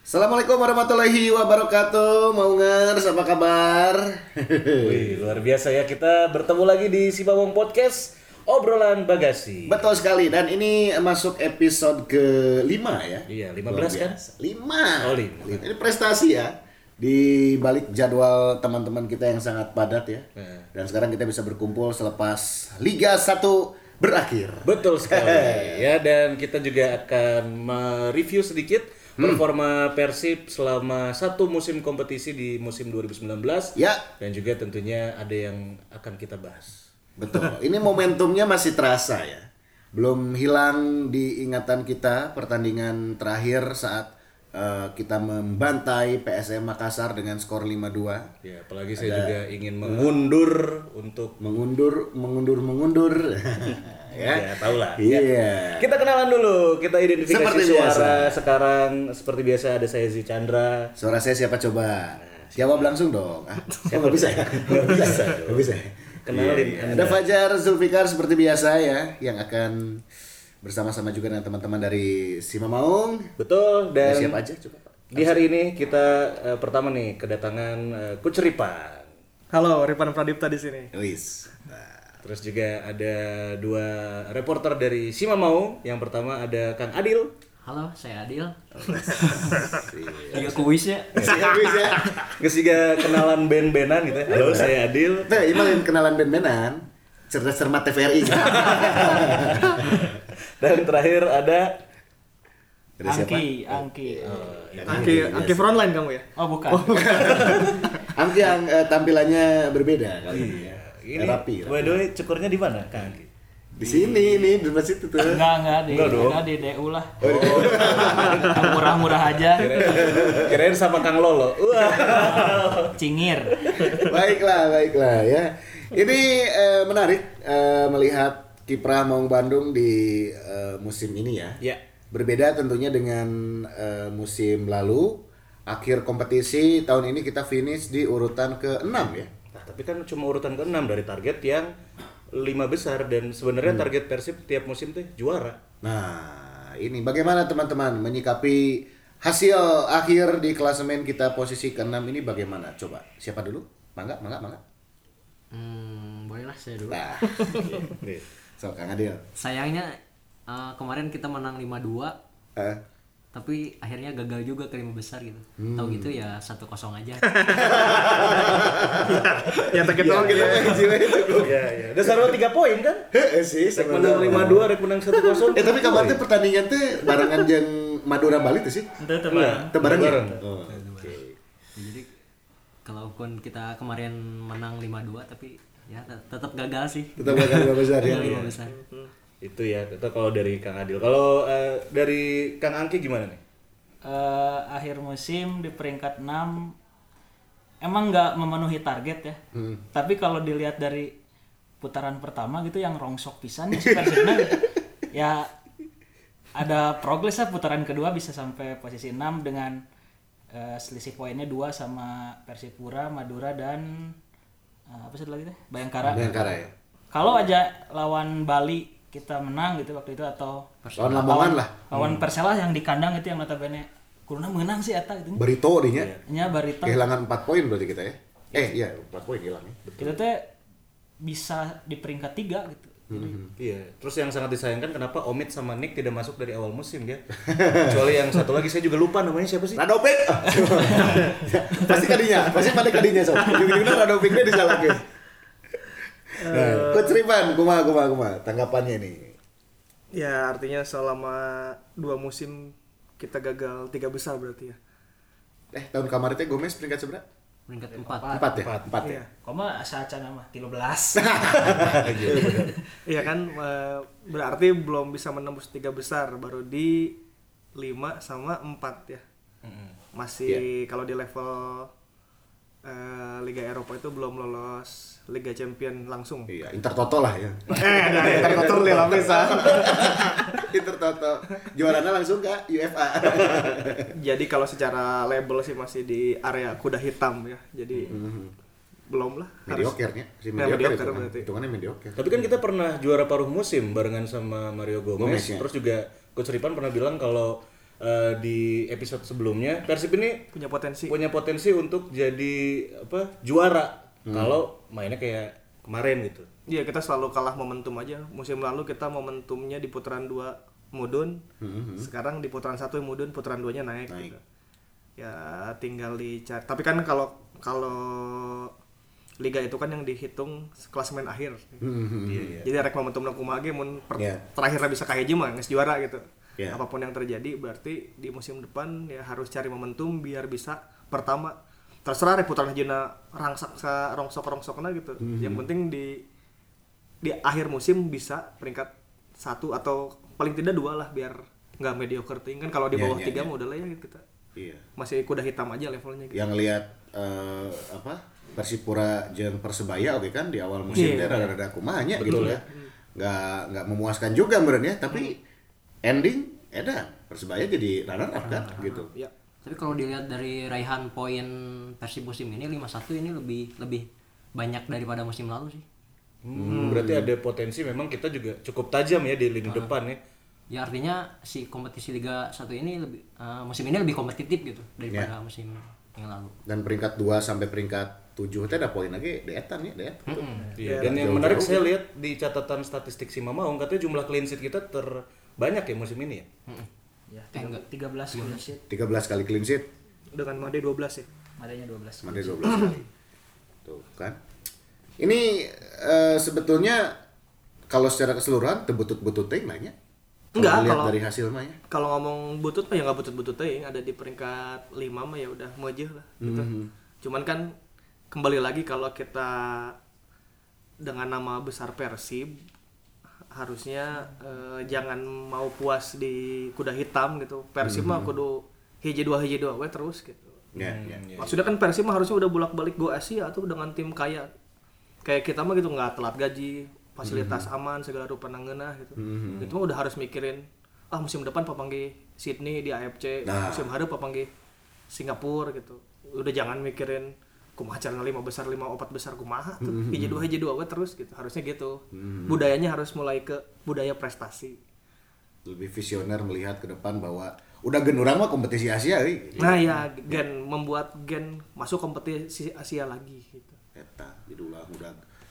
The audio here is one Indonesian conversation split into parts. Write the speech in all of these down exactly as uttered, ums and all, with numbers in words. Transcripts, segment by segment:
Assalamualaikum warahmatullahi wabarakatuh. Maungers, apa kabar? Wih, luar biasa ya, kita bertemu lagi di Sibawong Podcast Obrolan Bagasi. Betul sekali, dan ini masuk episode kelima ya. Iya, lima belas kan? lima. Oh, lima. Ini prestasi ya. Di balik jadwal teman-teman kita yang sangat padat ya. Nah. Dan sekarang kita bisa berkumpul selepas Liga satu berakhir. Betul sekali. Ya, dan kita juga akan mereview sedikit performa Persib selama satu musim kompetisi di musim dua ribu sembilan belas. Ya. Dan juga tentunya ada yang akan kita bahas. Betul. Ini momentumnya masih terasa ya. Belum hilang di ingatan kita pertandingan terakhir saat uh, kita membantai P S M Makassar dengan skor lima dua. Ya, apalagi saya juga ingin mengundur untuk Mengundur, mengundur, mengundur. ya, ya tahu lah. Iya. Ya. Kita kenalan dulu, kita identifikasi Seperti suara. biasa. Sekarang seperti biasa ada saya Zi Chandra. Suara saya siapa coba? Jawab langsung dong. Ah, Siapa nggak bisa ya? Nggak bisa. Nggak bisa. Kenalin Iya. Anda. Ada Fajar Zulfikar seperti biasa ya, yang akan bersama-sama juga dengan teman-teman dari Sima Maung. Betul, dan Ada siapa aja coba Pak? di hari ini kita eh, pertama nih kedatangan uh, Coach Ripan. Halo, Ripan Pradipta di sini. Wis. Nah, Terus juga ada dua reporter dari Sima Maung. Yang pertama ada Kang Adil. Halo, saya Adil. iya. Tiga kuis ya. Siap wis ya. Terus juga kenalan band-bandan gitu ya. Halo, saya Adil. Nah, ini malah kenalan band-bandan. Cerdas cermat T V R I. Dan terakhir ada Ada siapa? Angki, Angki. Angki, Angki frontline kamu ya? Oh, bukan. Angki yang eh, tampilannya berbeda kali ini. Iya. Ini Rapi. by the way cukurnya di mana, Kang Angki? Di sini nih, di depan situ tuh. Enggak, enggak di, Enggak dong. enggak di D U lah. Yang murah-murah aja. Kirain sama Kang Lolo. Wah. Cingir. Baiklah, baiklah ya. Ini eh, menarik eh, melihat kiprah Maung Bandung di eh, musim ini ya. Ya. Berbeda tentunya dengan eh, musim lalu. Akhir kompetisi tahun ini kita finish di urutan keenam ya. Nah, tapi kan cuma urutan keenam dari target yang lima besar, dan sebenarnya target Persib tiap musim tuh juara. Nah, ini bagaimana teman-teman menyikapi hasil akhir di klasemen kita posisi keenam ini bagaimana? Coba, siapa dulu? Mangga, mangga, mangga. Hmm, bolehlah saya dulu. Nah, Nih. so Kang Adil. Sayangnya eh, kemarin kita menang lima dua, Eh, tapi akhirnya gagal juga ke lima besar gitu. Tahu gitu ya satu kosong aja. Ya tak kita gitu. Iya, iya. Dasar lo tiga poin kan? Heeh sih, Rek menang lima dua, rek menang satu kosong. Eh tapi kabarnya pertandingan teh barengan jeung Madura Bali tuh sih. Itu tuh, Iya. Teu bareng ya? Bareng. Oh. Jadi kalaupun kita kemarin menang lima dua, tapi ya tet- tetap gagal sih. Tetap gagal lima besar ya. Gagal lima besar. Itu ya, itu kalau dari Kang Adil. Kalau eh, dari Kang Angki gimana nih? Eh, akhir musim di peringkat enam emang nggak memenuhi target ya. Tapi kalau dilihat dari putaran pertama gitu yang rongsok pisan ya si Persibna gitu. Ya ada progres lah, putaran kedua bisa sampai posisi enam dengan eh, selisih poinnya dua sama Persipura, Madura dan eh, apa sih lagi teh? Bayangkara. Bayangkara ya. Kalau aja lawan Bali kita menang gitu waktu itu, atau Lawan Lamongan lah. lawan Persela yang di kandang itu yang notabene kuruna menang sih eta gitu. Barito dinya. Nya Barito. Kehilangan empat poin berarti kita ya. Eh iya, empat poin hilang ya. Kita teh bisa di peringkat tiga gitu. Jadi, Iya, terus yang sangat disayangkan kenapa Omid sama Nick tidak masuk dari awal musim ya. Kecuali yang satu lagi saya juga lupa namanya siapa sih? Radopik. Pasti kadinya, pasti pada kadinya sob. Ujung-ujungnya Radopiknya disalahkeun. Nah, Coach Ripan, kumaha kumaha kumaha tanggapannya nih. Ya artinya selama dua musim kita gagal tiga besar berarti ya. Eh, tahun kemarin teh Gomez peringkat seberapa? Peringkat empat. Empat ya? Empat ya? Iya. koma asa acan mah tiga belas. Iya kan eh, berarti belum bisa menembus tiga besar, baru di lima sama empat ya. Masih kalau di level eh, Liga Eropa itu belum lolos Liga Champion langsung. Iya, Intertoto lah ya. Eh, nah ya kotor lila bisa. Intertoto. Juaranya langsung ke U F A. Jadi kalau secara label sih masih di area kuda hitam ya. Jadi belum lah. Harus- Mediocre-nya. Si Nah, mediocre mediocre itu kan. berarti. Hitungannya mediocre. Tapi kan kita pernah juara paruh musim barengan sama Mario Gomez. Gomez, ya. Terus juga Coach Ripan pernah bilang kalau uh, di episode sebelumnya, Persib ini punya potensi. punya potensi untuk jadi apa juara hmm. kalau mainnya kayak kemarin gitu. Iya, kita selalu kalah momentum aja. Musim lalu kita momentumnya di putaran dua mudun, hmm. sekarang di putaran satu mudun, putaran duanya naik. naik. Gitu. Ya tinggal dicari. Tapi kan kalau kalau liga itu kan yang dihitung klasemen akhir. Mm-hmm. Yeah, yeah. Jadi rek momentum kumaha ge mun per- yeah. terakhirnya bisa ka hiji mah geus juara gitu. Yeah. Apapun yang terjadi berarti di musim depan ya harus cari momentum biar bisa pertama terserah rek putaran hijina rangsak sa rongsok-rongsokna gitu. Mm-hmm. Yang penting di di akhir musim bisa peringkat satu atau paling tidak dua lah biar enggak mediocre ting kan kalau di bawah yeah, yeah, tiga yeah. mah udah lah ya kita. Iya. Masih kuda hitam aja levelnya gitu. Yang lihat uh, apa? Persipura jeung Persebaya oke okay kan di awal musim yeah, teh rada-rada kumanya gitu ya. Enggak enggak memuaskan juga meureun ya, tapi hmm. ending edan Persebaya jadi runner up kan uh, gitu. Ya. Tapi kalau dilihat dari raihan poin Persib musim ini lima satu ini lebih lebih banyak daripada musim lalu sih. Hmm, berarti ada potensi memang kita juga cukup tajam ya di lini uh, depan ya. Ya artinya si kompetisi Liga satu ini lebih uh, musim ini lebih kompetitif gitu daripada yeah. musim yang lalu. Dan peringkat dua sampai peringkat tujuh teh ada poin lagi deetan ya, deet. Mm-hmm. Iya. Dan yang menarik saya lihat di catatan statistik si Mamaung katanya jumlah clean sheet kita terbanyak ya musim ini ya. Mm-hmm. Ya, tiga belas clean sheet. tiga belas kali clean sheet. Dengan Made dua belas ya. Madenya dua belas. Made dua belas kali. Tuh kan. Ini uh, sebetulnya kalau secara keseluruhan tebutut-butut teh banyak. Enggak, kalau dari hasil mah ya. Kalau ngomong butut mah ya enggak butut-butut teh, ada di peringkat lima mah ya udah meujeul lah gitu. Mm-hmm. Cuman kan kembali lagi kalau kita dengan nama besar Persib harusnya eh, jangan mau puas di kuda hitam gitu. Persib mm-hmm. mah kudu hiji dua hiji dua we terus gitu. Yeah, yeah, yeah, Maksudnya kan Persib mah harusnya udah bolak-balik go Asia tuh dengan tim kaya. Kayak kita mah gitu enggak telat gaji, fasilitas mm-hmm. aman segala rupa nanggeunah gitu. Mm-hmm. Itu mah udah harus mikirin ah musim depan papanggih Sydney di A F C, nah. musim hareup papanggih Singapura gitu. Udah jangan mikirin kumaha carana lima besar lima opat besar kumaha tuh. Mm-hmm. Hiji dua hiji dua we terus gitu. Harusnya gitu. Mm-hmm. Budayanya harus mulai ke budaya prestasi. Lebih visioner melihat ke depan bahwa udah gen urang mah kompetisi Asia euy. Nah ya gen membuat gen masuk kompetisi Asia lagi gitu. Eta didulang udah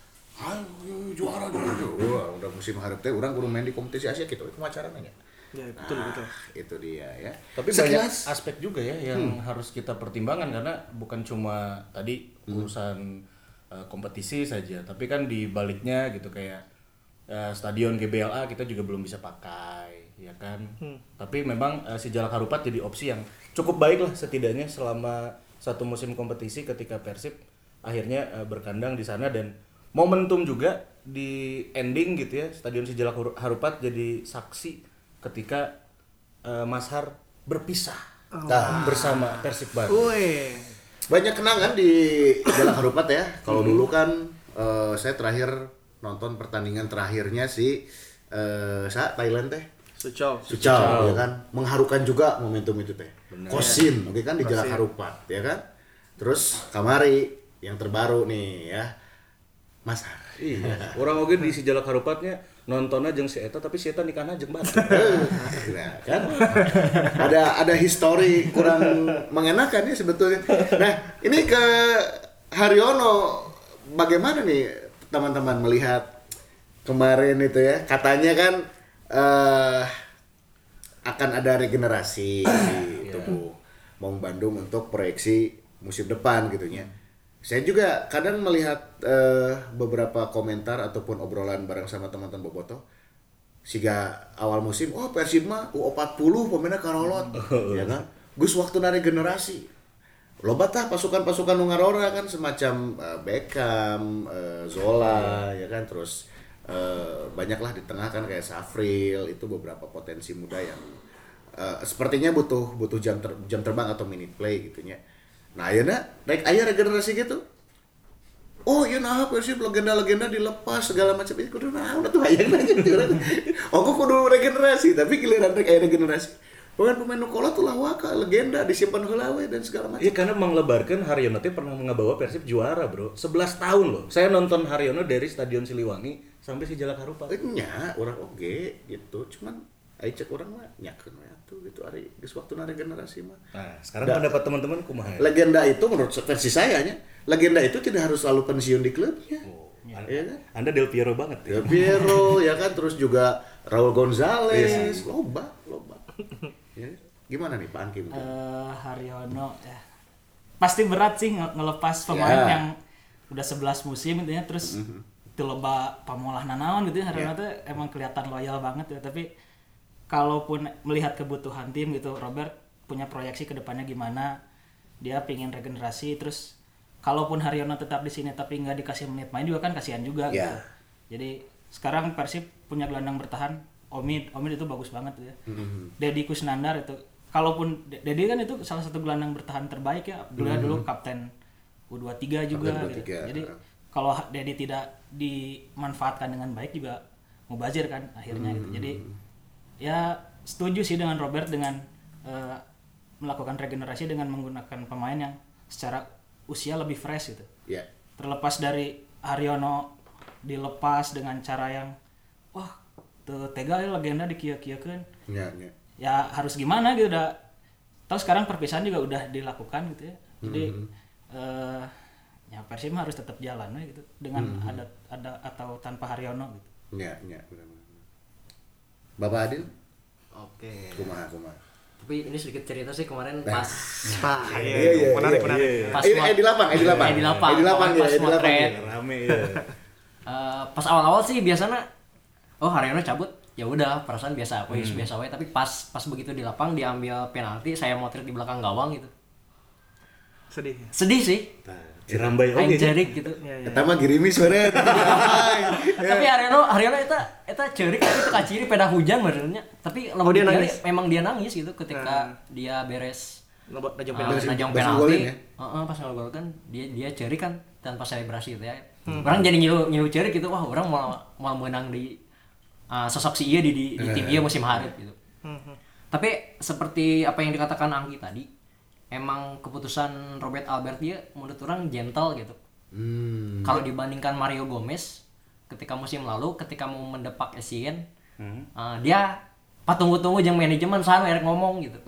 ayo juara juara. Wah, udah musim hareup teh urang kudu main di kompetisi Asia gitu. Kumaha carana nya? Ya betul nah, betul. Itu dia ya. Tapi sekilas banyak aspek juga ya yang hmm. harus kita pertimbangkan karena bukan cuma tadi hmm. urusan uh, kompetisi saja, tapi kan di baliknya gitu kayak uh, stadion G B L A kita juga belum bisa pakai, ya kan. Hmm. Tapi memang uh, si Jalak Harupat jadi opsi yang cukup baik lah setidaknya selama satu musim kompetisi ketika Persib akhirnya uh, berkandang di sana dan momentum juga di ending gitu ya stadion si Jalak Harupat jadi saksi ketika uh, Mas Har berpisah oh. nah, bersama Persib Bandung. Uwe. Banyak kenangan di Jalak Harupat ya. Kalau hmm. dulu kan uh, saya terakhir nonton pertandingan terakhirnya si uh, sa Thailand teh. Suchow. Suchow ya kan. Mengharukan juga momentum itu teh. Kosin, oke okay, kan di Jalak Harupat ya kan. Terus kamari yang terbaru nih ya. Mas Har. Iya. Orang oge di si Jalak Harupatnya nontonnya jeung si eta tapi si eta nikahna jeung Batu. Nah, kan ada ada histori kurang mengenakan ya sebetulnya. Nah, ini ke Haryono bagaimana nih teman-teman melihat kemarin itu ya? Katanya kan uh, akan ada regenerasi di tubuh Maung Bandung untuk proyeksi musim depan gitu ya. Saya juga kadang melihat uh, beberapa komentar ataupun obrolan bareng sama teman-teman bobotoh. Siga awal musim, oh Persib mah U empat puluh pemainnya karolot, ya kan? Gus waktu nari generasi. Loba tah pasukan-pasukan nu ngarora kan semacam uh, Beckham, uh, Zola, ya kan? Terus uh, banyaklah di tengah kan kayak Safril, itu beberapa potensi muda yang uh, sepertinya butuh butuh jam ter, jam terbang atau minute play gitunya. Nah, ayeuna naik aya regenerasi gitu. Oh, ieu nah Persib legenda-legenda dilepas segala macam itu kudu naon atuh hayang aja gitu. Oh, kok kudu regenerasi, tapi giliran rek aya regenerasi. Pemain-pemain nu kolot tuh lawaka legenda disimpan heula we dan segala macam. Iya, karena manglebarkeun Haryono teh pernah ngabawa Persib juara, Bro. sebelas tahun loh. Saya nonton Haryono dari Stadion Siliwangi sampai si Jalak Harupat. Nya, urang oge gitu. Cuman aya cek urang mah nyakeun we. waktu gitu hari geus waktuna regenerasi mah. Nah, sekarang pendapat teman-teman kumaha? Legenda itu menurut versi saya nya, legenda itu tidak harus selalu pensiun di klubnya. Oh, ya anda, kan? Anda Del Piero banget ya. Del Piero ya kan, terus juga Raul Gonzalez, loba, loba. Ya. Gimana nih Pak Angki? Uh, Haryono ya. Pasti berat sih nge- ngelepas pemain Ya. yang udah sebelas musim gitu ya, terus mm-hmm. itu loba pamolah nanaon gitu ya. Haryono yeah. tuh emang kelihatan loyal banget ya, tapi kalaupun melihat kebutuhan tim gitu, Robert punya proyeksi ke depannya gimana, dia pingin regenerasi, terus kalaupun Haryono tetap di sini tapi nggak dikasih menit main juga kan kasihan juga yeah. gitu. Jadi sekarang Persib punya gelandang bertahan Omid, Omid itu bagus banget ya. Mm-hmm. Deddy Kusnandar itu, kalaupun Deddy kan itu salah satu gelandang bertahan terbaik ya, beliau mm-hmm. dulu kapten U dua puluh tiga juga U dua puluh tiga. Gitu. Jadi kalau Deddy tidak dimanfaatkan dengan baik juga mubazir kan akhirnya mm-hmm. gitu. Jadi ya setuju sih dengan Robert dengan uh, melakukan regenerasi dengan menggunakan pemain yang secara usia lebih fresh gitu. Yeah. Terlepas dari Haryono dilepas dengan cara yang wah tuh tega ya legenda dikia-kiakeun. Yeah, yeah. Ya harus gimana gitu, udah tahu sekarang perpisahan juga udah dilakukan gitu ya. Jadi mm-hmm. uh, ya Persib harus tetap jalan ya, gitu dengan mm-hmm. ada ada atau tanpa Haryono gitu. Iya, iya, benar. Bapak Adil? Oke. Kumaha, kumaha. Tapi ini sedikit cerita sih kemarin nah. pas Pak, iya, iya, menarik, menarik. Iya, iya. Pas eh, eh, di lapang, eh, di lapang. Eh, di lapang. Eh, di lapang, pas ya, di lapang. motret. Rame ya. uh, pas awal-awal sih biasanya, oh Haryono cabut, ya udah perasaan biasa, hmm. biasa we. Tapi pas pas begitu di lapang diambil penalti, saya motret di belakang gawang gitu. Sedih. Sedih sih. Cirambai oke. Jerik gitu. Eta mah girimis bener. Tapi Haryono, Haryono eta eta cerik tapi itu kaciri pada hujan benernya. Tapi oh, dia nangis. Memang dia nangis gitu ketika nah. dia beres ngebot najong uh, penalti. najong penalti. Heeh, ya? uh, pas ngegol kan dia dia cerik kan tanpa selebrasi gitu ya. Hmm. Orang jadi ngilu ngilu cerik gitu, wah orang mau mau menang di uh, sosok si ieu di di, di tim ieu musim hareup gitu. Hmm. Tapi seperti apa yang dikatakan Anggi tadi, emang keputusan Robert Albert dia menurut orang gentle gitu. Hmm. Kalau dibandingkan Mario Gomez ketika musim lalu ketika mau mendepak Essien, hmm. uh, dia patunggu-tunggu jeung manajemen sana erek ngomong gitu.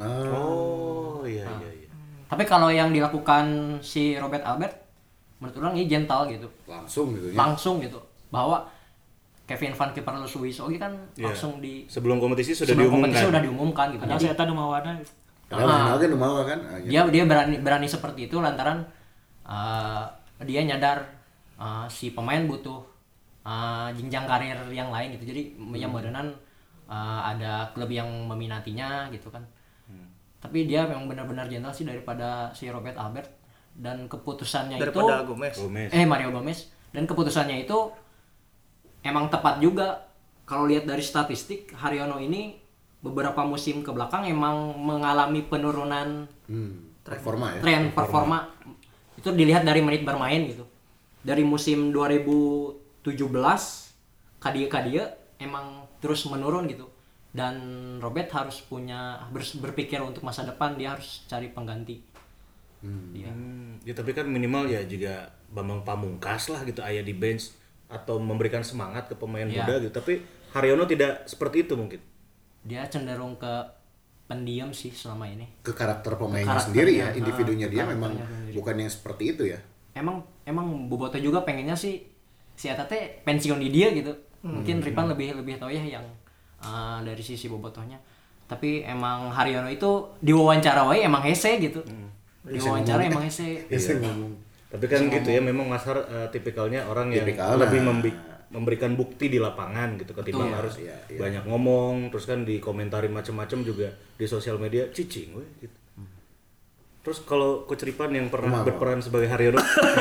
Oh, iya nah. iya iya. Tapi kalau yang dilakukan si Robert Albert menurut orang ini gentle gitu. Langsung gitu ya. Langsung gitu. Bahwa Kevin Van Kiperluis oke kan yeah. langsung di sebelum kompetisi sudah sebelum diumumkan. Kompetisi sudah diumumkan gitu. Padahal saya tahu mawana gitu. Nah, kan mau kan. Ah, dia dia berani berani seperti itu lantaran uh, dia nyadar uh, si pemain butuh uh, jenjang karir yang lain gitu. Jadi hmm. yang modernan uh, ada klub yang meminatinya gitu kan. Hmm. Tapi dia memang benar-benar gentle sih daripada si Robert Albert dan keputusannya daripada itu Gomez. Gomez. Eh Mario Gomez dan keputusannya itu emang tepat juga. Kalau lihat dari statistik Haryono ini beberapa musim ke belakang emang mengalami penurunan hmm, performa ya. Tren performa. performa itu dilihat dari menit bermain gitu. Dari musim dua ribu tujuh belas kadia-kadia emang terus menurun gitu. Dan Robert harus punya berpikir untuk masa depan, dia harus cari pengganti. Hmm. Ya. Hmm, ya tapi kan minimal ya juga Bambang Pamungkas lah gitu aya di bench atau memberikan semangat ke pemain ya. muda gitu. Tapi Haryono tidak seperti itu mungkin. Dia cenderung ke pendiam sih selama ini. Ke karakter pemainnya sendiri ya, individunya uh, dia memang sendiri. Bukan yang seperti itu ya. Emang emang Boboto juga pengennya sih si Eta teh pensiun di dia gitu. Hmm. Mungkin Ripan lebih lebih tahu ya yang uh, dari sisi Bobotohnya. Tapi emang Haryono itu diwawancara wae emang hese gitu. Hmm. Diwawancara emang hese. Hese ngomong. Tapi kan gitu ya, memang Mas Har uh, tipikalnya orang yang Tipikal lebih membi- memberikan bukti di lapangan gitu ketimbang Betul, harus ya, ya. banyak ngomong terus kan dikomentari macam-macam juga di sosial media cicing we gitu. Hmm. Terus kalau Coach Ripan yang pernah Mau. berperan sebagai Haryono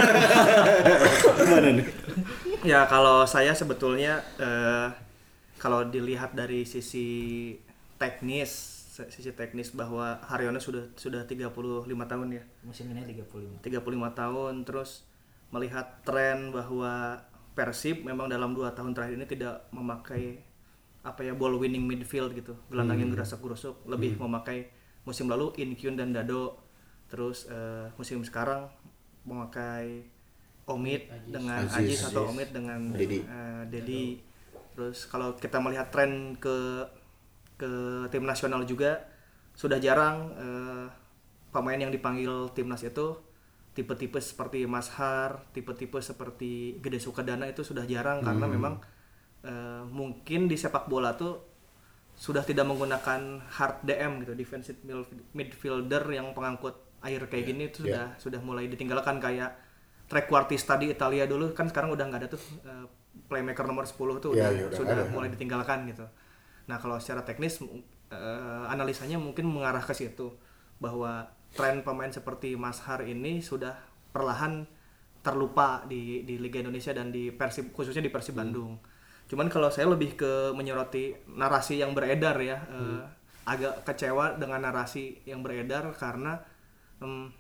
gimana nih? Ya kalau saya sebetulnya eh, kalau dilihat dari sisi teknis sisi teknis bahwa Haryono sudah sudah tiga puluh lima tahun ya. Musim ini tiga puluh lima. tiga puluh lima tahun, terus melihat tren bahwa Persib memang dalam dua tahun terakhir ini tidak memakai apa ya ball winning midfield gitu. Gelandang hmm. yang gerasak-gerusuk, lebih hmm. memakai musim lalu Inkyun dan Dado. Terus uh, musim sekarang memakai Omid Ajis. dengan Ajis, Ajis atau Omid dengan Dedi. Uh, Dedi. Terus kalau kita melihat tren ke ke tim nasional juga sudah jarang uh, pemain yang dipanggil timnas itu tipe-tipe seperti Mas Har, tipe-tipe seperti Gede Sukadana itu sudah jarang hmm. karena memang uh, mungkin di sepak bola tuh sudah tidak menggunakan hard D M gitu, defensive midfielder yang pengangkut air kayak yeah. gini itu sudah yeah. sudah mulai ditinggalkan. Kayak trequartista di Italia dulu kan sekarang udah nggak ada tuh uh, playmaker nomor sepuluh tuh yeah, udah, yeah, sudah ada. mulai ditinggalkan gitu. Nah kalau secara teknis uh, analisanya mungkin mengarah ke situ bahwa tren pemain seperti Mas Har ini sudah perlahan terlupa di di Liga Indonesia dan di Persib, khususnya di Persib Bandung. Hmm. Cuman kalau saya lebih ke menyoroti narasi yang beredar ya, hmm. uh, agak kecewa dengan narasi yang beredar karena um,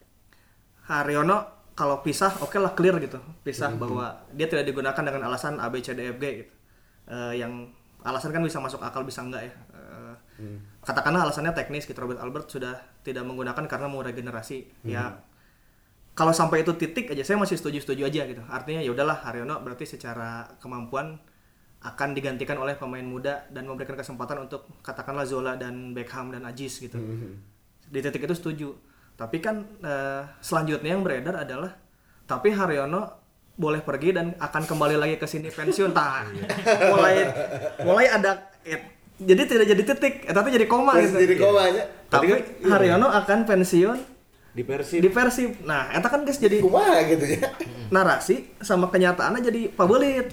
Haryono kalau pisah oke okay lah clear gitu, pisah hmm. bahwa dia tidak digunakan dengan alasan A B C D F G gitu, uh, yang alasan kan bisa masuk akal bisa enggak ya. Uh, hmm. Katakanlah alasannya teknis gitu, Robert Albert sudah tidak menggunakan karena mau regenerasi. Hmm. Ya kalau sampai itu titik aja saya masih setuju-setuju aja gitu. Artinya ya udahlah Haryono berarti secara kemampuan akan digantikan oleh pemain muda dan memberikan kesempatan untuk katakanlah Zola dan Beckham dan Aziz gitu. Hmm. Di titik itu setuju. Tapi kan uh, selanjutnya yang beredar adalah tapi Haryono boleh pergi dan akan kembali lagi ke sini pensiun. Tah. mulai mulai ada it, jadi tidak jadi titik, tapi jadi koma gitu. Jadi koma aja. Tapi kan, Haryono iya. akan pensiun di Persib. Di Persib. Nah, eta kan guys jadi kumaha gitu ya. Narasi sama kenyataannya jadi pabelit.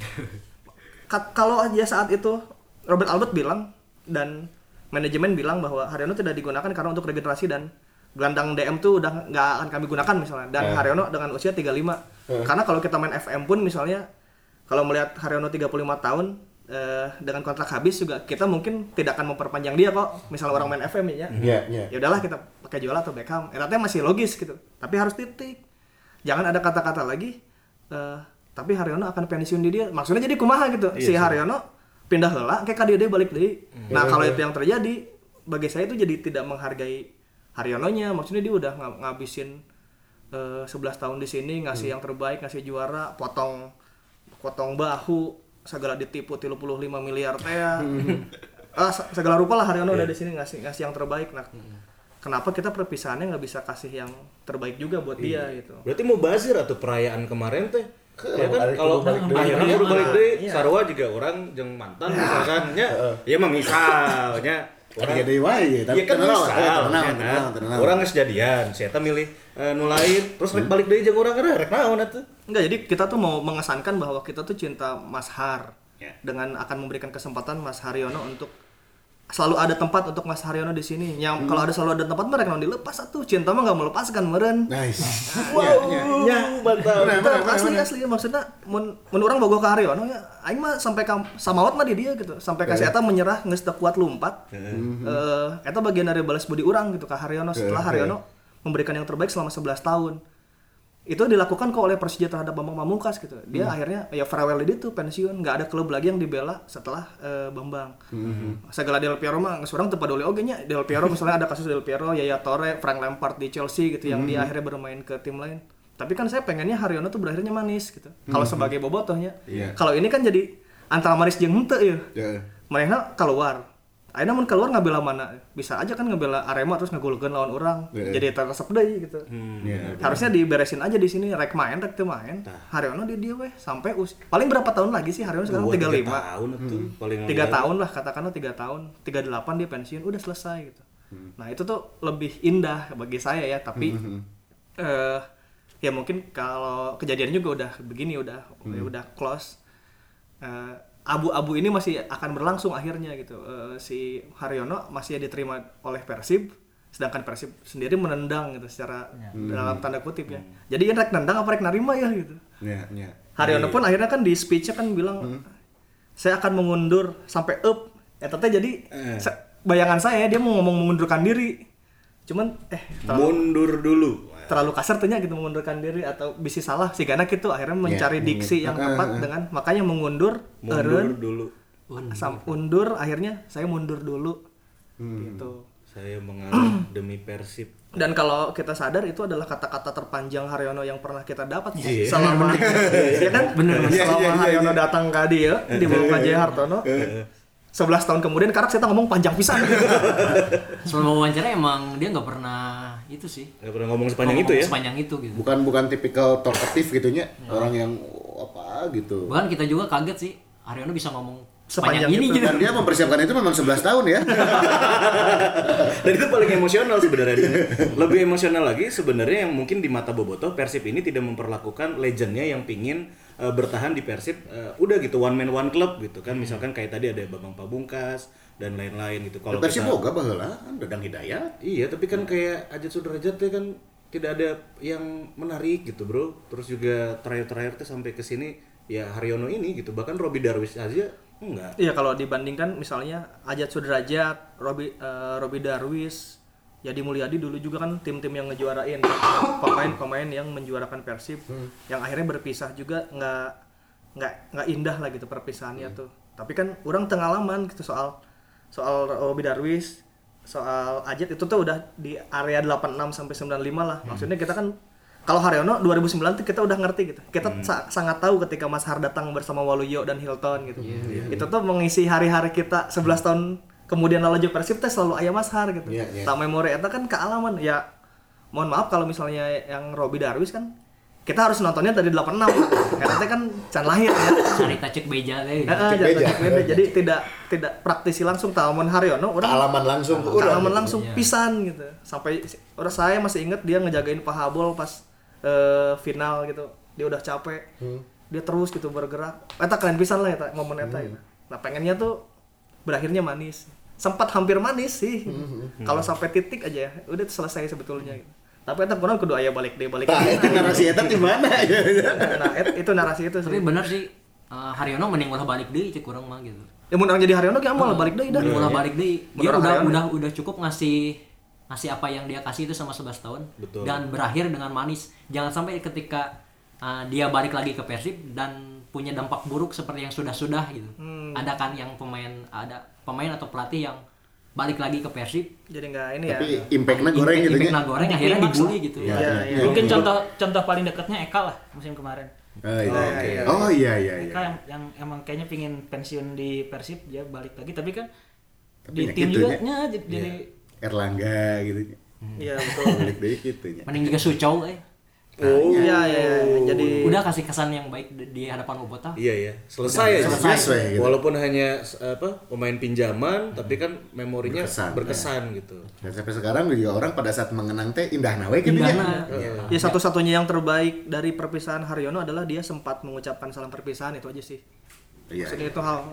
Kalau aja saat itu Robert Albert bilang dan manajemen bilang bahwa Haryono tidak digunakan karena untuk regenerasi dan gelandang D M tuh udah nggak akan kami gunakan misalnya, dan eh. Haryono dengan usia tiga puluh lima. Eh. Karena kalau kita main F M pun misalnya kalau melihat Haryono tiga puluh lima tahun eh, dengan kontrak habis juga kita mungkin tidak akan memperpanjang dia kok. Misalnya orang main F M ya. Yeah, yeah. Ya udahlah kita pakai Zola atau Beckham. Eratnya masih logis gitu. Tapi harus titik. Jangan ada kata-kata lagi eh, tapi Haryono akan pensiun di dia. Maksudnya jadi kumaha gitu. Iya, si Haryono pindah heula kayak ka dia balik deui. Hmm. Nah, kalau itu yang terjadi bagi saya itu jadi tidak menghargai Haryononya, maksudnya dia udah ng- ngabisin uh, sebelas tahun di sini, ngasih hmm. yang terbaik, ngasih juara, potong potong bahu, segala ditipu tiga puluh lima miliar teh. ah, segala rupa lah Haryono yeah. udah di sini ngasih ngasih yang terbaik. Nah, hmm. kenapa kita perpisahannya nggak bisa kasih yang terbaik juga buat yeah. dia gitu. Berarti mau bazir atau perayaan kemarin teh? Ya kan kalau akhirnya baru balik deh, Sarwa juga orang jeung mantan misalkan nya, ya mah misalnya orang jadi wae tapi ya kan misal nah, orang geus jadian si eta milih uh, nu lain terus rek balik deui jeung urang rek naon atuh. Enggak, jadi kita tuh mau mengesankan bahwa kita tuh cinta Mas Har yeah. dengan akan memberikan kesempatan Mas Haryono untuk selalu ada tempat untuk Mas Haryono di sini. Yang hmm. kalau ada selalu ada tempat mereka mau dilepas atuh. Cinta mah enggak melepaskan meureun. Nice. Wow. Ya, mantap. Asli asli maksudnya mun mun urang bogoh ka Haryono ya aing mah sampai ka samawat mah di dia gitu. Sampai ka si eta menyerah geus teu kuat lumpat. Heeh. Uh, eta bagian dari balas budi urang gitu ka Haryono setelah Haryono memberikan yang terbaik selama sebelas tahun. Itu dilakukan kok oleh Persija terhadap Bambang Pamungkas gitu. Dia hmm. akhirnya ya farewell di itu pensiun, nggak ada klub lagi yang dibela setelah uh, Bambang. Hmm. Segala Del Piero mah geus urang teu paduli oge nya. Del Piero misalnya ada kasus Del Piero, Yaya Toure, Frank Lampard di Chelsea gitu yang hmm. dia akhirnya bermain ke tim lain. Tapi kan saya pengennya Haryono tuh berakhirnya manis gitu. Hmm. Kalau sebagai bobotohnya. Yeah. Kalau ini kan jadi antara manis jeung henteu ya. Yeah. Manehna keluar. Ayeuna mun keluar ngabela mana? Bisa aja kan ngabela Arema terus ngagolkeun lawan orang. Yeah. Jadi teresep deui gitu. Hmm, yeah, harusnya yeah. diberesin aja di sini rek main rek teu main. Nah. Haryono di dia weh sampai us- paling berapa tahun lagi sih Haryono sekarang tiga puluh lima. tiga tahun atuh hmm. paling tiga tahun lah katakanlah tiga tahun. tiga puluh delapan dia pensiun udah selesai gitu. Hmm. Nah, itu tuh lebih indah bagi saya ya, tapi hmm. uh, ya mungkin kalau kejadiannya juga udah begini udah hmm. udah close. Uh, abu-abu ini masih akan berlangsung akhirnya gitu. Uh, si Haryono masih diterima oleh Persib, sedangkan Persib sendiri menendang gitu secara hmm. dalam tanda kutip ya. Hmm. Jadi rek nendang apa rek narima ya gitu. Ya, ya. Haryono pun akhirnya kan di speech-nya kan bilang hmm. saya akan mengundur sampai up. Ya teteh jadi eh. bayangan saya dia mau ngomong mengundurkan diri. Cuman eh terlalu, mundur dulu. Terlalu kasar tuhnya gitu mengundurkan diri atau bisa salah sih karena gitu akhirnya mencari yeah. diksi yang tepat dengan makanya mengundur mundur eren, dulu sam undur akhirnya saya mundur dulu hmm. gitu. Saya mengalah demi Persib. Dan kalau kita sadar itu adalah kata-kata terpanjang Haryono yang pernah kita dapat yeah. selama ya kan bener, selama yeah, yeah, Haryono yeah, yeah. datang ke dia di bawah K J Hartono sebelas tahun kemudian karena kita ngomong panjang pisan. Selama wawancara emang dia nggak pernah itu sih. Nggak pernah ngomong sepanjang ngomong itu ya. Sepanjang itu gitu. Bukan bukan tipikal talkative gitunya, ya. Orang yang oh, apa gitu. Bahkan kita juga kaget sih, Haryono bisa ngomong Sepanjang sepanjang ini itu. gitu. Dan dia mempersiapkan itu memang sebelas tahun ya. Dan itu paling emosional sebenarnya. Lebih emosional lagi sebenarnya yang mungkin di mata Bobotoh Persib ini tidak memperlakukan legendnya yang pingin uh, bertahan di Persib uh, udah gitu one man one club gitu kan. Misalkan kayak tadi ada Bambang Pamungkas dan lain-lain gitu. Kalau Persib kita boga baheula kan Dadang Hidayat. iya, tapi kan kayak Ajat Sudrajat ya kan tidak ada yang menarik gitu, Bro. Terus juga terakhir-terakhir tuh sampai ke sini ya Haryono ini gitu. Bahkan Robby Darwish aja enggak. Iya kalau dibandingkan misalnya Ajat Sudrajat, Robby uh, Robby Darwish, Yadi Mulyadi dulu juga kan tim-tim yang ngejuarain pemain-pemain yang menjuarakan Persib, hmm. yang akhirnya berpisah juga nggak nggak nggak indah lah gitu perpisahannya hmm. tuh. Tapi kan orang pengalaman gitu soal soal Robby Darwish, soal Ajat itu tuh udah di area delapan puluh enam sampai sembilan puluh lima lah. Maksudnya kita kan kalau Haryono dua ribu sembilan tuh kita udah ngerti gitu. Kita hmm. sa- sangat tahu ketika Mas Har datang bersama Waluyo dan Hilton gitu. Yeah, yeah, itu tuh mengisi hari-hari kita sebelas tahun kemudian lalu Persib teh selalu aya Mas Har gitu. Yeah, yeah. Tak memori eta kan kealaman ya. Mohon maaf kalau misalnya yang Robby Darwish kan kita harus nontonnya dari delapan puluh enam. Karena kan can lahir ya. Cerita cek beja teh. Heeh, cek beja. Jadi tidak tidak praktisi langsung Talmon Haryono orang Kealaman langsung ke Kealaman gitu. langsung pisan gitu. Sampai orang saya masih ingat dia ngejagain Pak Habol pas Uh, final gitu, dia udah capek, hmm. dia terus gitu bergerak. Eta keren pisan lah eta momen eta hmm. gitu. Nah pengennya tuh berakhirnya manis, sempat hampir manis sih. Hmm. Kalau sampai titik aja ya, udah selesai sebetulnya. Gitu. Tapi eta kurang kudu aya balik deh balik. Nah, itu narasi eta di mana ya? Nah, et, itu narasi itu. Tapi benar sih, uh, Haryono mending ulah balik deui cek urang mah gitu. Ya mun jadi Haryono ge amal balik deui dah. Ulah balik deui. Dia udah udah udah cukup ngasih ngasih apa yang dia kasih itu sama sebelas tahun. Betul. Dan berakhir dengan manis. Jangan sampai ketika uh, dia balik lagi ke Persib dan punya dampak buruk seperti yang sudah-sudah gitu. Hmm. Ada kan yang pemain ada pemain atau pelatih yang balik lagi ke Persib jadi nggak ini tapi ya. Tapi impact-nya goreng gitu ya. Impact-nya goreng akhirnya dibully gitu. Ya, ya, ya. Mungkin ya. contoh contoh paling dekatnya Eka lah musim kemarin. Oh iya. Oh, iya, oh, iya, iya, iya. Eka yang, yang emang kayaknya pingin pensiun di Persib dia balik lagi tapi kan tapi di ya tim gitu, juga ya. nya jadi Erlangga gitu. Iya betul. Balik dari gitu nya. Mending juga Sucau eh. Oh iya iya ya. Jadi udah kasih kesan yang baik di hadapan Bobotoh. Iya ya, selesai ya. Selesai. Selesai gitu. Walaupun hanya apa pemain pinjaman, hmm. tapi kan memorinya berkesan, berkesan ya. Gitu. Dan sampai sekarang juga orang pada saat mengenang teh indah nawe gitu ya. Ya, ya satu-satunya yang terbaik dari perpisahan Haryono adalah dia sempat mengucapkan salam perpisahan itu aja sih. Iya. Maksudnya itu hal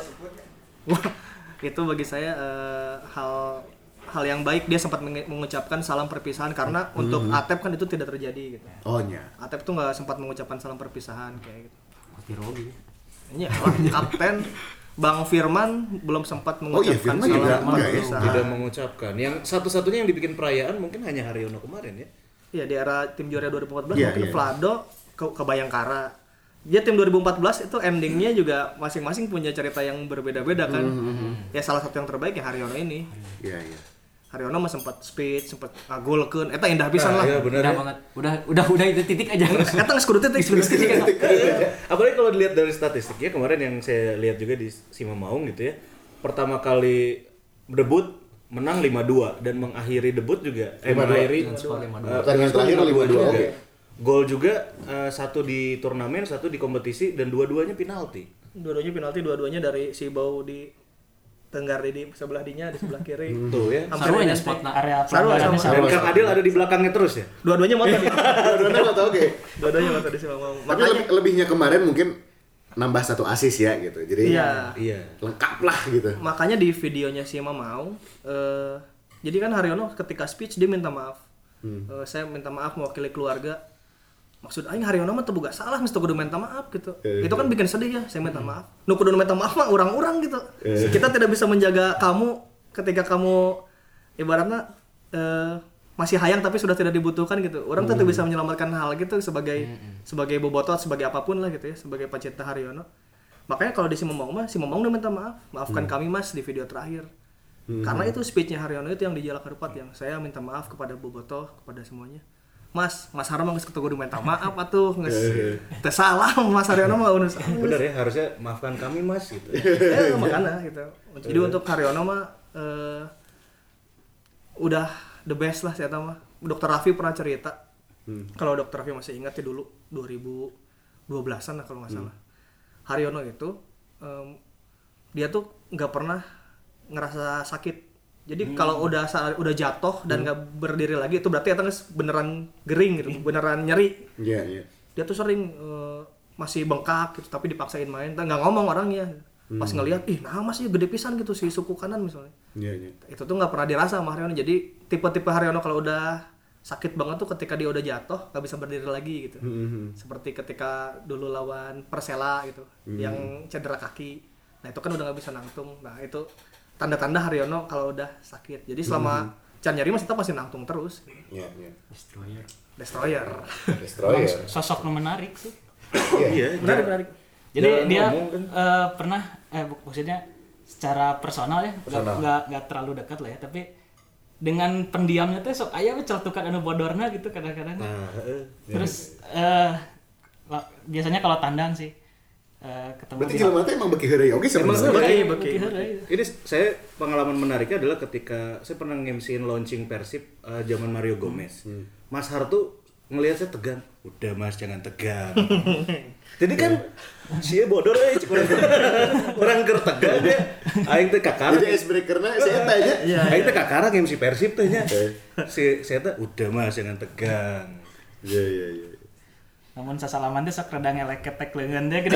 wah, itu bagi saya uh, hal hal yang baik dia sempat mengucapkan salam perpisahan karena hmm. untuk Atep kan itu tidak terjadi gitu. Oh iya. Atep tuh nggak sempat mengucapkan salam perpisahan kayak gitu. Mati Rogi. Iya, kapten Bang Firman belum sempat mengucapkan oh, iya, salam juga, perpisahan. Tidak mengucapkan. Yang satu-satunya yang dibikin perayaan mungkin hanya Haryono kemarin ya. Iya, di era tim juara dua ribu empat belas yeah, mungkin yeah. Vlado ke, ke Bayangkara. Dia tim dua ribu empat belas itu endingnya juga masing-masing punya cerita yang berbeda-beda kan. Mm-hmm. Ya salah satu yang terbaik ya Haryono ini. Iya, iya. Haryono mah sempat speed, sempat ngagolkeun. Eta indah pisan lah. Iya benar. Udah banget. Udah udah udah itu titik aja. Eta geus kudu titik. titik. Apalagi kalau dilihat dari statistiknya kemarin yang saya lihat juga di Sima Maung gitu ya. Pertama kali debut menang lima dua dan mengakhiri debut juga eh mengakhiri pertandingan terakhir lima dua. Gol juga uh, satu di turnamen, satu di kompetisi dan dua-duanya penalti. Dua-duanya penalti, dua-duanya dari si Bau di Tenggar di sebelah dinya, di sebelah kiri. Tuh ya. Seru aja spotnya. Area Seru pelanggarannya Dan Kang Adil ada di belakangnya terus ya? Dua-duanya motor. Dua-duanya motor oke. Dua-duanya motor di sini mau. Tapi lebih, lebihnya kemarin mungkin nambah satu asis ya gitu. Jadi iya. Iya. lengkap lah gitu. Makanya di videonya si Mama mau eh jadi kan Haryono ketika speech dia minta maaf. Hmm. Uh, saya minta maaf mewakili keluarga. Maksud aing Haryono mah teu boga salah mesti kudu minta maaf gitu. E, itu kan bikin sedih ya, saya minta maaf. Nu kudu minta maaf mah urang-urang gitu. E. Kita tidak bisa menjaga kamu ketika kamu ibaratnya uh, masih hayang tapi sudah tidak dibutuhkan gitu. Orang tuh hmm. bisa menyelamatkan hal gitu sebagai hmm. sebagai bobotoh, sebagai apapun lah gitu ya, sebagai pecinta Haryono. Makanya kalau di si Momong mah, si Momong udah minta maaf. Maafkan hmm. kami Mas di video terakhir. Hmm. Karena itu speech-nya Haryono itu yang di Jalak Harupat yang saya minta maaf kepada bobotoh, kepada semuanya. Mas, Mas Haryono geus kudu minta maaf atuh geus teu salah Mas Haryono mah unus. Bener ya, harusnya maafkan kami Mas gitu. Ya makanya gitu. Jadi untuk Haryono mah eh, udah the best lah saya tahu mah. Dokter Raffi pernah cerita. Hmm. Kalau Dokter Raffi masih ingat ya dulu dua ribu dua belasan lah kalau nggak salah. Hmm. Haryono itu um, dia tuh nggak pernah ngerasa sakit. Jadi hmm. kalau udah udah jatuh dan nggak hmm. berdiri lagi itu berarti atau beneran gering gitu, beneran nyeri. Iya yeah, iya. Yeah. Dia tuh sering uh, masih bengkak gitu tapi dipaksain main, nggak ngomong orangnya. Pas hmm. ngelihat, ih nah masih gede pisan gitu si suku kanan misalnya. Iya yeah, iya. Yeah. Itu tuh nggak pernah dirasa sama Haryono. Jadi tipe-tipe Haryono kalau udah sakit banget tuh ketika dia udah jatuh nggak bisa berdiri lagi gitu. Mm-hmm. Seperti ketika dulu lawan Persela gitu, mm-hmm. yang cedera kaki. Nah itu kan udah nggak bisa nangtung. Nah itu tanda-tanda Haryono kalau udah sakit. Jadi selama mm-hmm. can nyari masih tetap masih nangtung terus. Iya yeah, iya. Yeah. Destroyer. Destroyer. Destroyer. Sosok yang menarik sih. Iya. Menarik menarik. Jadi Jangan dia kan. uh, pernah, eh maksudnya secara personal ya, nggak nggak terlalu dekat lah ya, tapi dengan pendiamnya tuh sok aya celtukan anu bodorna gitu kadang-kadang. Nah, uh, terus uh, biasanya kalau tandang sih uh, ketemu. Berarti jelema teh emang beki heureuy oge sebenarnya. Beki beki heureuy. Ini saya pengalaman menariknya adalah ketika saya pernah nge-M C-in launching Persib uh, zaman Mario Gomez. Hmm. Mas Har tuh ngelihat saya tegang. Udah Mas jangan tegang. Jadi kan sia bodor euy orang keur tegang ya. Aing teh kakara. Jadi icebreaker-na si eta nya. Aing teh kakara M C Persib teh nya. Si si eta udah Mas jangan tegang. Iya iya iya. Namun sasalaman teh sok rada ngeleket leungeun teh gede.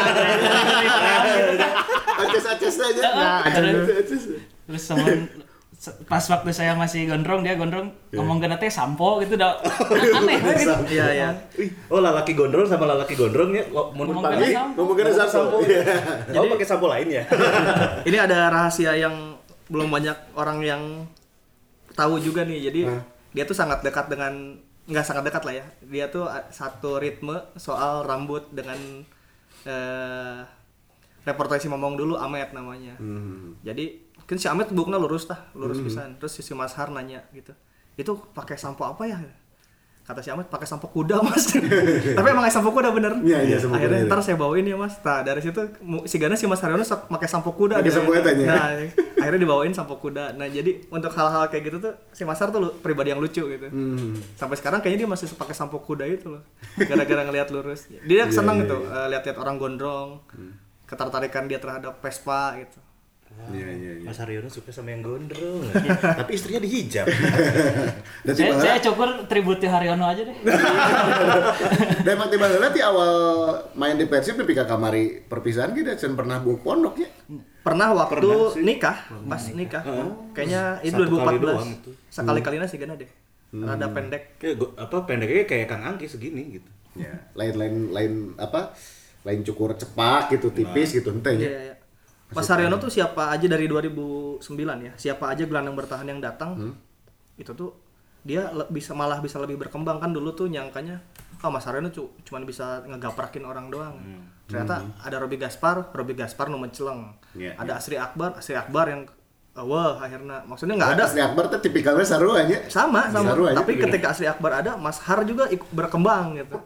Aces-aces aja. Nah, aces. Terus sama pas waktu saya masih gondrong dia gondrong yeah. ngomong kena teh sampo gitu udah aneh gitu. Iya iya. Oh lalaki gondrong sama lalaki gondrong ya ngomong pagi ngomong kena sampo. Jadi pakai sampo lain ya. Ini ada rahasia yang belum banyak orang yang tahu juga nih. Jadi huh? dia tuh sangat dekat dengan nggak sangat dekat lah ya. Dia tuh satu ritme soal rambut dengan eh, reporter si Momong dulu Amet namanya. Hmm. Jadi kan si Amet bukna lurus tah, lurus mm-hmm. pisan. Terus si Mas Har nanya gitu. Itu pakai sampo apa ya? Kata si Amet pakai sampo kuda, Mas. Tapi emang sampo kuda bener. Iya, iya sampo kuda. Akhirnya ntar saya bawain ya, Mas. Nah, dari situ si Gana si Mas Haryono pakai sampo kuda. Pakai sampo etanya. Nah, akhirnya dibawain sampo kuda. Nah, jadi untuk hal-hal kayak gitu tuh si Mas Har tuh pribadi yang lucu gitu. Hmm. Sampai sekarang kayaknya dia masih pakai sampo kuda itu loh. Gara-gara ngelihat lurus. Dia senang gitu uh, lihat-lihat orang gondrong. Hmm. Ketertarikan dia terhadap Vespa gitu. Iya iya iya. Mas Haryono suka sama yang gondrong. Tapi istrinya dihijab. saya saya cukur tributi Haryono aja deh. Dan emang tiba nanti awal main di Persib nepi ka kamari perpisahan kita can pernah buuk pondok ya. Pernah waktu pernah nikah, pas nikah. Oh. Kayaknya itu dua ribu empat belas. Sekali-kalina sih gana deh. Hmm. Rada pendek. Kayak apa pendeknya kayak Kang Angki segini gitu. Ya, lain-lain lain apa? Lain cukur cepak gitu, tipis nah. gitu ente nya. Iya, iya. Mas Haryono tuh siapa aja dari dua ribu sembilan ya, siapa aja gelandang bertahan yang datang, hmm? itu tuh dia le- bisa malah bisa lebih berkembang kan dulu tuh nyangkanya, oh Mas Haryono cu- cuma bisa ngegaprakin orang doang, hmm. ternyata hmm. ada Robi Gaspar, Robi Gaspar nu menceleng, yeah, ada yeah. Asri Akbar, Asri Akbar yang, uh, wah akhirnya maksudnya nggak ada. Asri Akbar tuh tipikalnya saru aja. Sama sama, saru tapi aja, ketika Asri Akbar ada, Mas Har juga ikut berkembang gitu.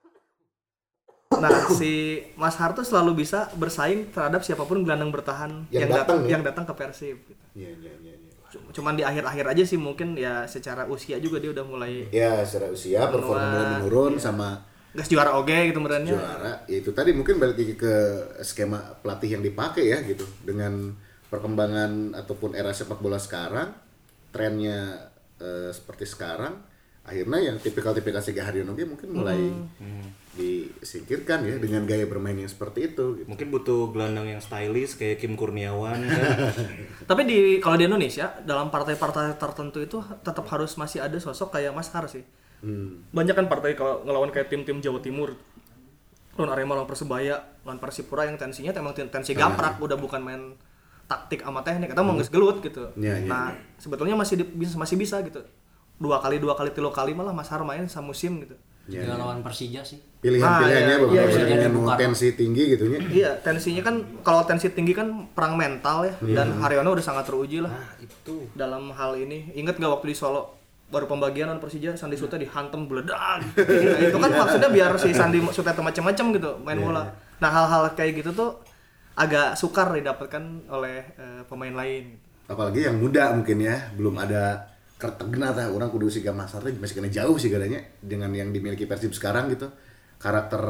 Nah, si Mas Har tuh selalu bisa bersaing terhadap siapapun gelandang bertahan yang, yang datang ya? yang datang ke Persib gitu. Iya, iya, iya, iya. Cuman di akhir-akhir aja sih mungkin ya secara usia juga dia udah mulai ya, secara usia performa mulai menurun ya. Sama gas juara oge gitu benerannya. Juara. Ya itu tadi mungkin balik lagi ke skema pelatih yang dipakai ya gitu. Dengan perkembangan ataupun era sepak bola sekarang, trennya eh, seperti sekarang, akhirnya yang tipikal-tipikal Siga Haryono mungkin mulai hmm. disingkirkan ya dengan gaya bermain yang seperti itu gitu. Mungkin butuh gelandang yang stylish kayak Kim Kurniawan kan. Tapi di kalau di Indonesia dalam partai-partai tertentu itu tetap harus masih ada sosok kayak Mas Har sih. Hmm. Banyak kan partai kalau ngelawan kayak tim-tim Jawa Timur, lawan Arema, lawan Persebaya, lawan Persipura yang tensinya emang tensi gaprak, udah bukan main taktik sama teknik, atau mau nges gelut gitu. Ya, ya, nah, ya. Sebetulnya masih di, masih bisa gitu. Dua kali, dua kali, tiga kali malah Mas Har main semusim gitu. Ya, ya. Lawan Persija sih. Pilihan-pilihannya ah, iya, beberapa iya, dengan tensi tinggi gitu nya. Iya, tensinya kan kalau tensi tinggi kan perang mental ya, yeah. Dan Haryono udah sangat teruji lah. Nah, itu. Dalam hal ini. Ingat enggak waktu di Solo baru pembagian on Persija Sandi Sute dihantam beledak gitu. Nah, itu kan maksudnya biar si Sandi Sute itu macam-macam gitu main bola. Nah hal-hal kayak gitu tuh agak sukar didapatkan oleh uh, pemain lain gitu. Apalagi yang muda mungkin ya, belum ada kertegna tah orang kudu siga Masar teh masih kena jauh sih katanya dengan yang dimiliki Persib sekarang gitu. Karakter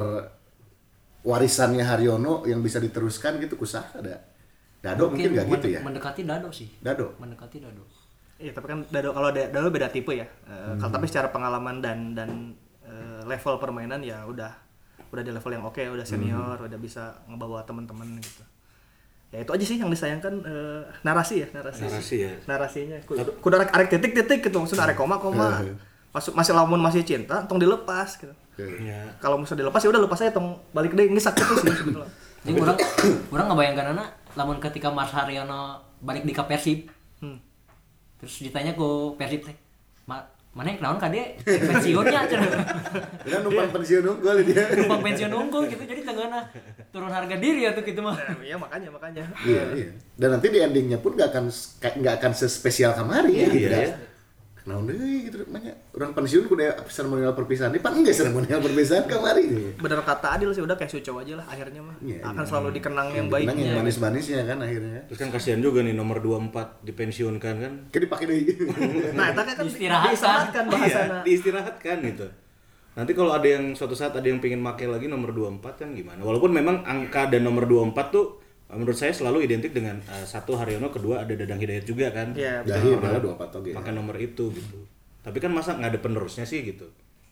warisannya Haryono yang bisa diteruskan gitu kusah ada. Dado mungkin enggak gitu ya. Mendekati Dado sih. Dado. Mendekati Dado. Iya, tapi kan Dado kalau Dado beda tipe ya. Uh, hmm. Tapi secara pengalaman dan dan uh, level permainan ya udah udah di level yang oke, okay, udah senior, hmm. udah bisa ngebawa teman-teman gitu. Ya itu aja sih yang disayangkan uh, narasi ya, narasi. Narasi ya. Narasinya. Kudu, kudu arek, arek titik-titik gitu, maksudnya arek koma-koma. Masuk masih lamun masih cinta, tong dilepas gitu. Ya. Kalau misalnya dilepas ya udah lepas aja tong balik deh ngesak gitu sih sebetulnya. Jadi orang orang ngebayangkan anak lamun ketika Mas Haryono balik di Persib. Hmm. Terus ditanya ke Persib teh, Ma, mana yang kenaon kade pensiunnya cenah. Kan numpang pensiun unggul dia. Numpang pensiun unggul gitu jadi tanggana turun harga diri atuh gitu mah. Iya makanya makanya. Iya iya. Dan nanti di endingnya pun enggak akan enggak akan sespesial kamari ya gitu ya. Kenaon deui gitu namanya. Orang pensiun kudu seremonial perpisahan. Ini pan enggak seremonial perpisahan kamari. Bener kata Adil sih udah kayak Suco aja lah akhirnya mah. Ya, akan ya. Selalu dikenang yang, yang baiknya. Yang manis-manisnya kan akhirnya. Terus kan kasihan juga nih nomor dua puluh empat dipensiunkan kan. Kayak dipakai deui. Nah, eta kan diistirahatkan bahasana. Iya, diistirahatkan gitu. Nanti kalau ada yang suatu saat ada yang pengen pakai lagi nomor dua puluh empat kan gimana? Walaupun memang angka dan nomor dua puluh empat tuh menurut saya selalu identik dengan uh, satu Haryono, kedua ada Dadang Hidayat juga kan. Iya, Dahi malah dua puluh empat oke. Pakai nomor itu gitu. Tapi kan masa nggak ada penerusnya sih gitu.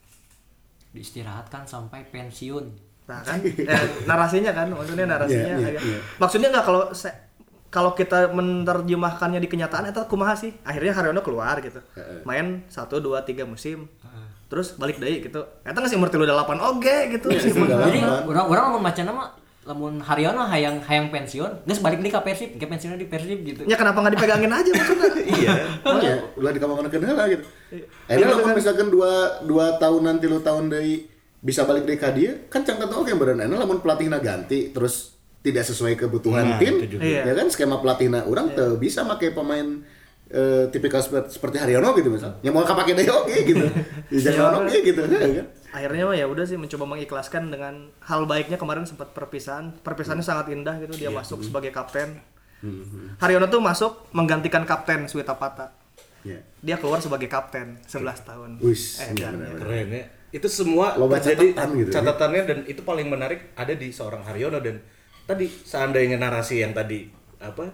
Diistirahatkan sampai pensiun. Nah kan eh, narasinya kan maksudnya narasinya yeah, yeah, agak, yeah. maksudnya nggak kalau se- kalau kita menerjemahkannya di kenyataan itu kumaha sih akhirnya Haryono keluar gitu main satu dua tiga musim terus balik deui gitu eta nggak sih umur tilu delapan oge gitu yeah, sih jadi orang-orang mau baca nama lamun Haryono hayang hayang pensiun geus balik deui ka Persib ke pensiunnya di Persib gitu ya kenapa nggak dipegangin aja maksudnya iya makanya ulah dikamanganeun heula gitu akhirnya lamun misalkan dua dua tahunan tilu tahun deui bisa balik deui ka dieu kan cangkat oge beneran lamun pelatihna ganti terus tidak sesuai kebutuhan nah, tim iya. ya kan skema pelatihna urang teu iya. bisa make pemain Uh, tipikal seperti Haryono gitu misalnya, yang mau kapake deh oke gitu, jangan oke gitu, kan? Akhirnya mah ya udah sih mencoba mengikhlaskan dengan hal baiknya kemarin sempat perpisahan, perpisahannya hmm. sangat indah gitu dia yeah. masuk hmm. sebagai kapten, hmm. Haryono tuh masuk menggantikan kapten Switapata, yeah. dia keluar sebagai kapten sebelas tahun, Uish, eh, ya, bener, keren ya, itu semua loba terjadi catatan gitu, catatannya ya? Dan itu paling menarik ada di seorang Haryono dan tadi seandainya narasi yang tadi apa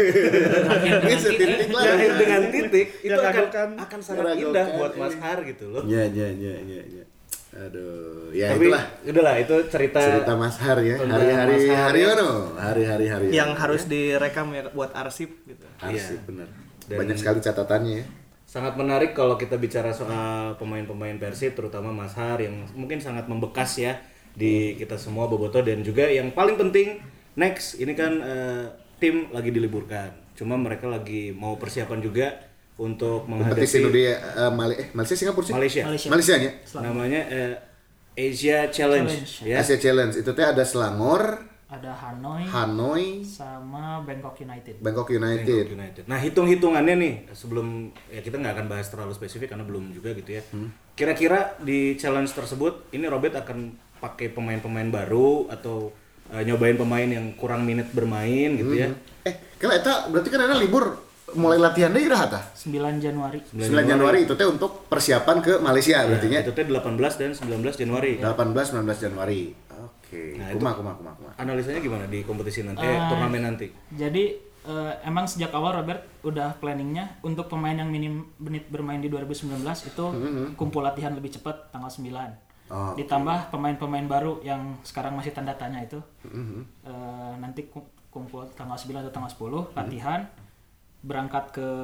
titik lah ya, dengan titik itu akan akan sangat indah buat Mas Har gitu loh. Ya ya ya ya ya. Aduh, ya tapi, itulah. Udahlah itu cerita cerita Mas Har ya. Hari-hari Haryono, hari-hari Haryono. Yang harus direkam ya buat arsip gitu. Arsip ya. benar. Banyak sekali catatannya ya. Sangat menarik kalau kita bicara soal pemain-pemain Persib terutama Mas Har yang mungkin sangat membekas ya di kita semua boboto dan juga yang paling penting next ini kan uh, tim lagi diliburkan, cuma mereka lagi mau persiapan juga untuk menghadapi kompetisi dunia uh, Mali- eh, Malaysia Singapura sih? Malaysia. Malaysia. Malaysia ya. Namanya uh, Asia Challenge, Challenge. ya. Asia Challenge itu teh ada Selangor, ada Hanoi, Hanoi, sama Bangkok United. Bangkok United. Bangkok United. Nah hitung-hitungannya nih sebelum ya kita nggak akan bahas terlalu spesifik karena belum juga gitu ya. Hmm. Kira-kira di challenge tersebut ini Robert akan pakai pemain-pemain baru atau Uh, nyobain pemain yang kurang menit bermain gitu ya. Hmm. Eh, kalau eta berarti kan ada libur mulai latihan deh iraha tah? sembilan Januari. sembilan Januari itu teh untuk persiapan ke Malaysia ya, berarti nya. Itu teh delapan belas dan sembilan belas Januari. delapan belas sembilan belas Januari. Oke. Okay. Nah, kumaha kumaha kumaha kumaha. Analisanya gimana di kompetisi nanti, uh, eh, turnamen nanti? Jadi uh, emang sejak awal Robert udah planningnya untuk pemain yang minim menit bermain di dua ribu sembilan belas itu mm-hmm. kumpul latihan lebih cepat tanggal sembilan. Oh, ditambah okay. pemain-pemain baru yang sekarang masih tanda tanya itu mm-hmm. uh, nanti kumpul tanggal sembilan atau tanggal sepuluh mm-hmm. latihan berangkat ke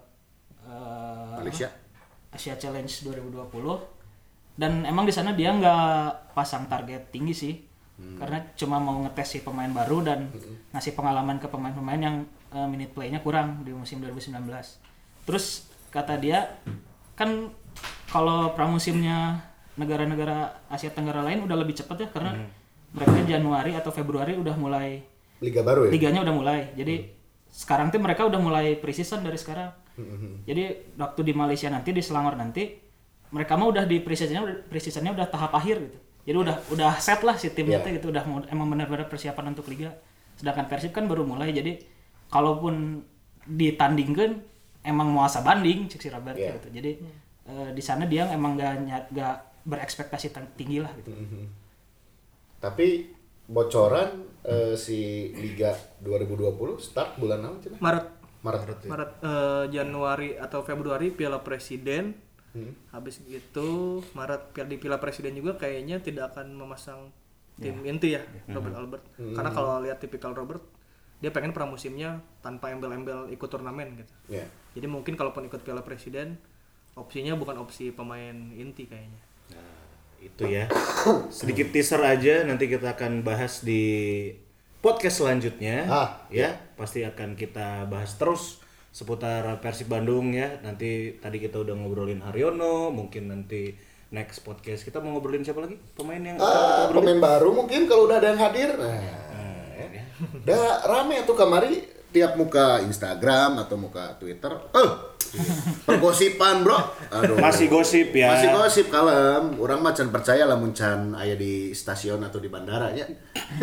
uh, Malaysia Asia Challenge dua ribu dua puluh dan emang di sana dia nggak pasang target tinggi sih mm-hmm. karena cuma mau ngetes si pemain baru dan mm-hmm. ngasih pengalaman ke pemain-pemain yang uh, minute play-nya kurang di musim dua ribu sembilan belas. Terus kata dia kan kalau pramusimnya negara-negara Asia Tenggara lain udah lebih cepat ya karena hmm. mereka Januari atau Februari udah mulai liga baru ya. Liganya udah mulai. Jadi hmm. sekarang tuh mereka udah mulai pre-season dari sekarang. Jadi waktu di Malaysia nanti, di Selangor nanti, mereka mah udah di pre-seasonnya, pre-seasonnya udah tahap akhir gitu. Jadi udah udah set lah si timnya Yeah. gitu, udah mau, emang benar-benar persiapan untuk liga. Sedangkan Persib kan baru mulai, jadi kalaupun ditandingkan emang mau asa banding cek si Robert Yeah. gitu. Jadi eh, di sana dia emang gak, gak berekspektasi tinggi lah gitu. Mm-hmm. Tapi bocoran eh, si Liga dua ribu dua puluh start bulan apa Cina? Maret Maret. Maret eh, Januari atau Februari Piala Presiden. Hmm. Habis gitu Maret di Piala Presiden juga kayaknya tidak akan memasang tim inti ya Robert Albert. Karena kalau lihat tipikal Robert, dia pengen pramusimnya tanpa embel-embel ikut turnamen gitu. Ya. Jadi mungkin kalaupun ikut Piala Presiden, opsinya bukan opsi pemain inti kayaknya. Itu ya. Sedikit teaser aja, nanti kita akan bahas di podcast selanjutnya. Ah, ya, pasti akan kita bahas terus seputar Persib Bandung ya. Nanti tadi kita udah ngobrolin Haryono, mungkin nanti next podcast kita mau ngobrolin siapa lagi? Pemain yang Ah, pemain baru mungkin kalau udah ada yang hadir. Nah, ya. Udah rame tuh kemari tiap muka Instagram atau muka Twitter. Eh, pergosipan, Bro. Aduh. Masih gosip ya. Masih gosip kalem. Urang mah can percaya lamun can aya di stasiun atau di bandara nya.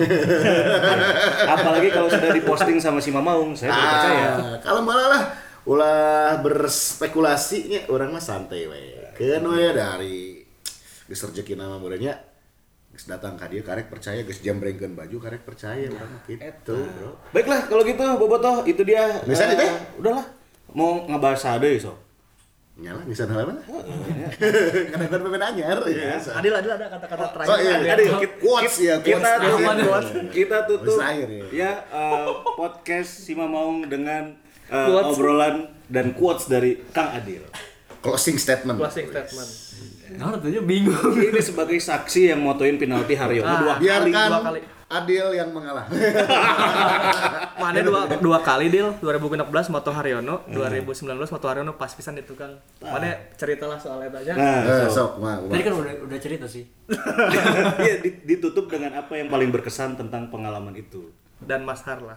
Apalagi kalau sudah diposting sama si Mamaung, saya tidak percaya. Kalau malah lah ulah berspekulasi nya urang mah santai we. Keun we dari geus rezeki nama murenya. Geus datang ka dieu karek percaya, geus jambrengkeun baju karek percaya urang mah kitu, Bro. Baiklah kalau gitu Bobotoh, itu dia. Bisa Eh, nih, Teh? Udahlah. Mau ngebahas deui so. Nyala bisa hal mana? Karena kan pemain anyar ya. Adil adil ada kata-kata terakhir. Oh iya, Adil. ada quotes ya, Kita quotes. tutup, kita tutup Terakhir, ya. ya eh, podcast Sima Maung dengan eh, Quotes. obrolan dan quotes dari Kang Adil. Closing statement. Closing statement. Nah, tentunya bingung. Ini sebagai saksi yang motoin penalti Haryono Ah, dua kali. Biarkan Dua kali. Adil yang mengalah. Mana dua dua kali deal dua ribu enam belas moto Haryono, dua ribu sembilan belas moto Haryono pas pisan itu Kang. Mana ceritalah soal itu aja. Nah, Eh, so. sok, mah. Tadi kan udah udah cerita sih. Iya, di- ditutup dengan apa yang paling berkesan tentang pengalaman itu. Dan Mas Har lah.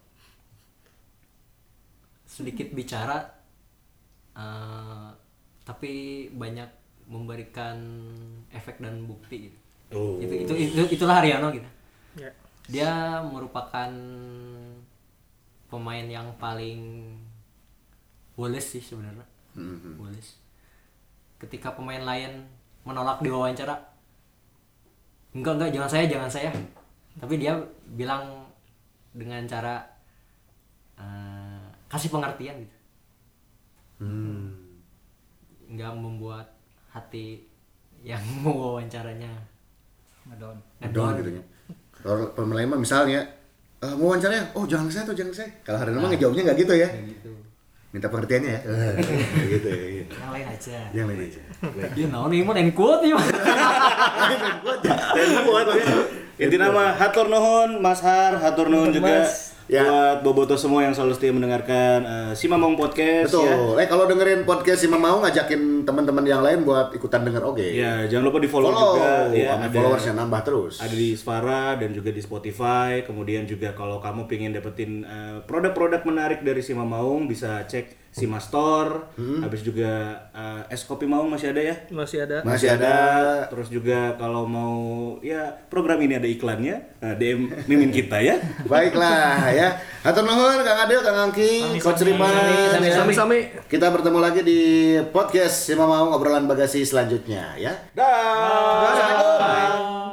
Sedikit bicara eh, tapi banyak memberikan efek dan bukti gitu. Oh. Itu, itu itu itulah Haryono gitu. Ya. Dia merupakan pemain yang paling woles sih sebenarnya. Mhm. Woles. Ketika pemain lain menolak diwawancara, enggak enggak jangan saya jangan saya. Tapi dia bilang dengan cara eh, kasih pengertian gitu. Hmm. Enggak membuat hati yang mau wawancaranya Ngedon. Doang gitu ya. Kalau pemain lain mah misalnya eh, mau wawancaranya, oh jangan saya tuh jangan saya. Kalau hari ini mah ngejawabnya nggak gitu ya. kayak gitu. Minta pengertiannya ya. Kayak gitu ya. Gitu. Yang lain aja. Yang lain aja. Dia naon ieu mah quote ieu. Dan buat inti nama hatur nuhun Mas Har, hatur nuhun juga Ya. buat Bobotoh semua yang selalu setia mendengarkan uh, Si Mamong Podcast ya. Betul. Eh kalau dengerin podcast si Mama mau ngajakin teman-teman yang lain buat ikutan denger oke. Ya, jangan lupa di follow, Follow, juga ya, sama ada followersnya nambah terus. ada di Spara dan juga di Spotify. Kemudian juga kalau kamu pengen dapetin uh, produk-produk menarik dari Sima Maung bisa cek Sima Store. Habis juga uh, es kopi Maung masih ada ya? Masih ada. Masih ada. Terus juga kalau mau ya program ini ada iklannya, uh, D M mimin kita ya. Baiklah ya. Hatur nuhun Kang Adil, Kang Angki, Coach Riman. ya. Sami-sami. Kita bertemu lagi di podcast si Mama mau ngobrolan bagasi selanjutnya ya. Dah. Assalamualaikum.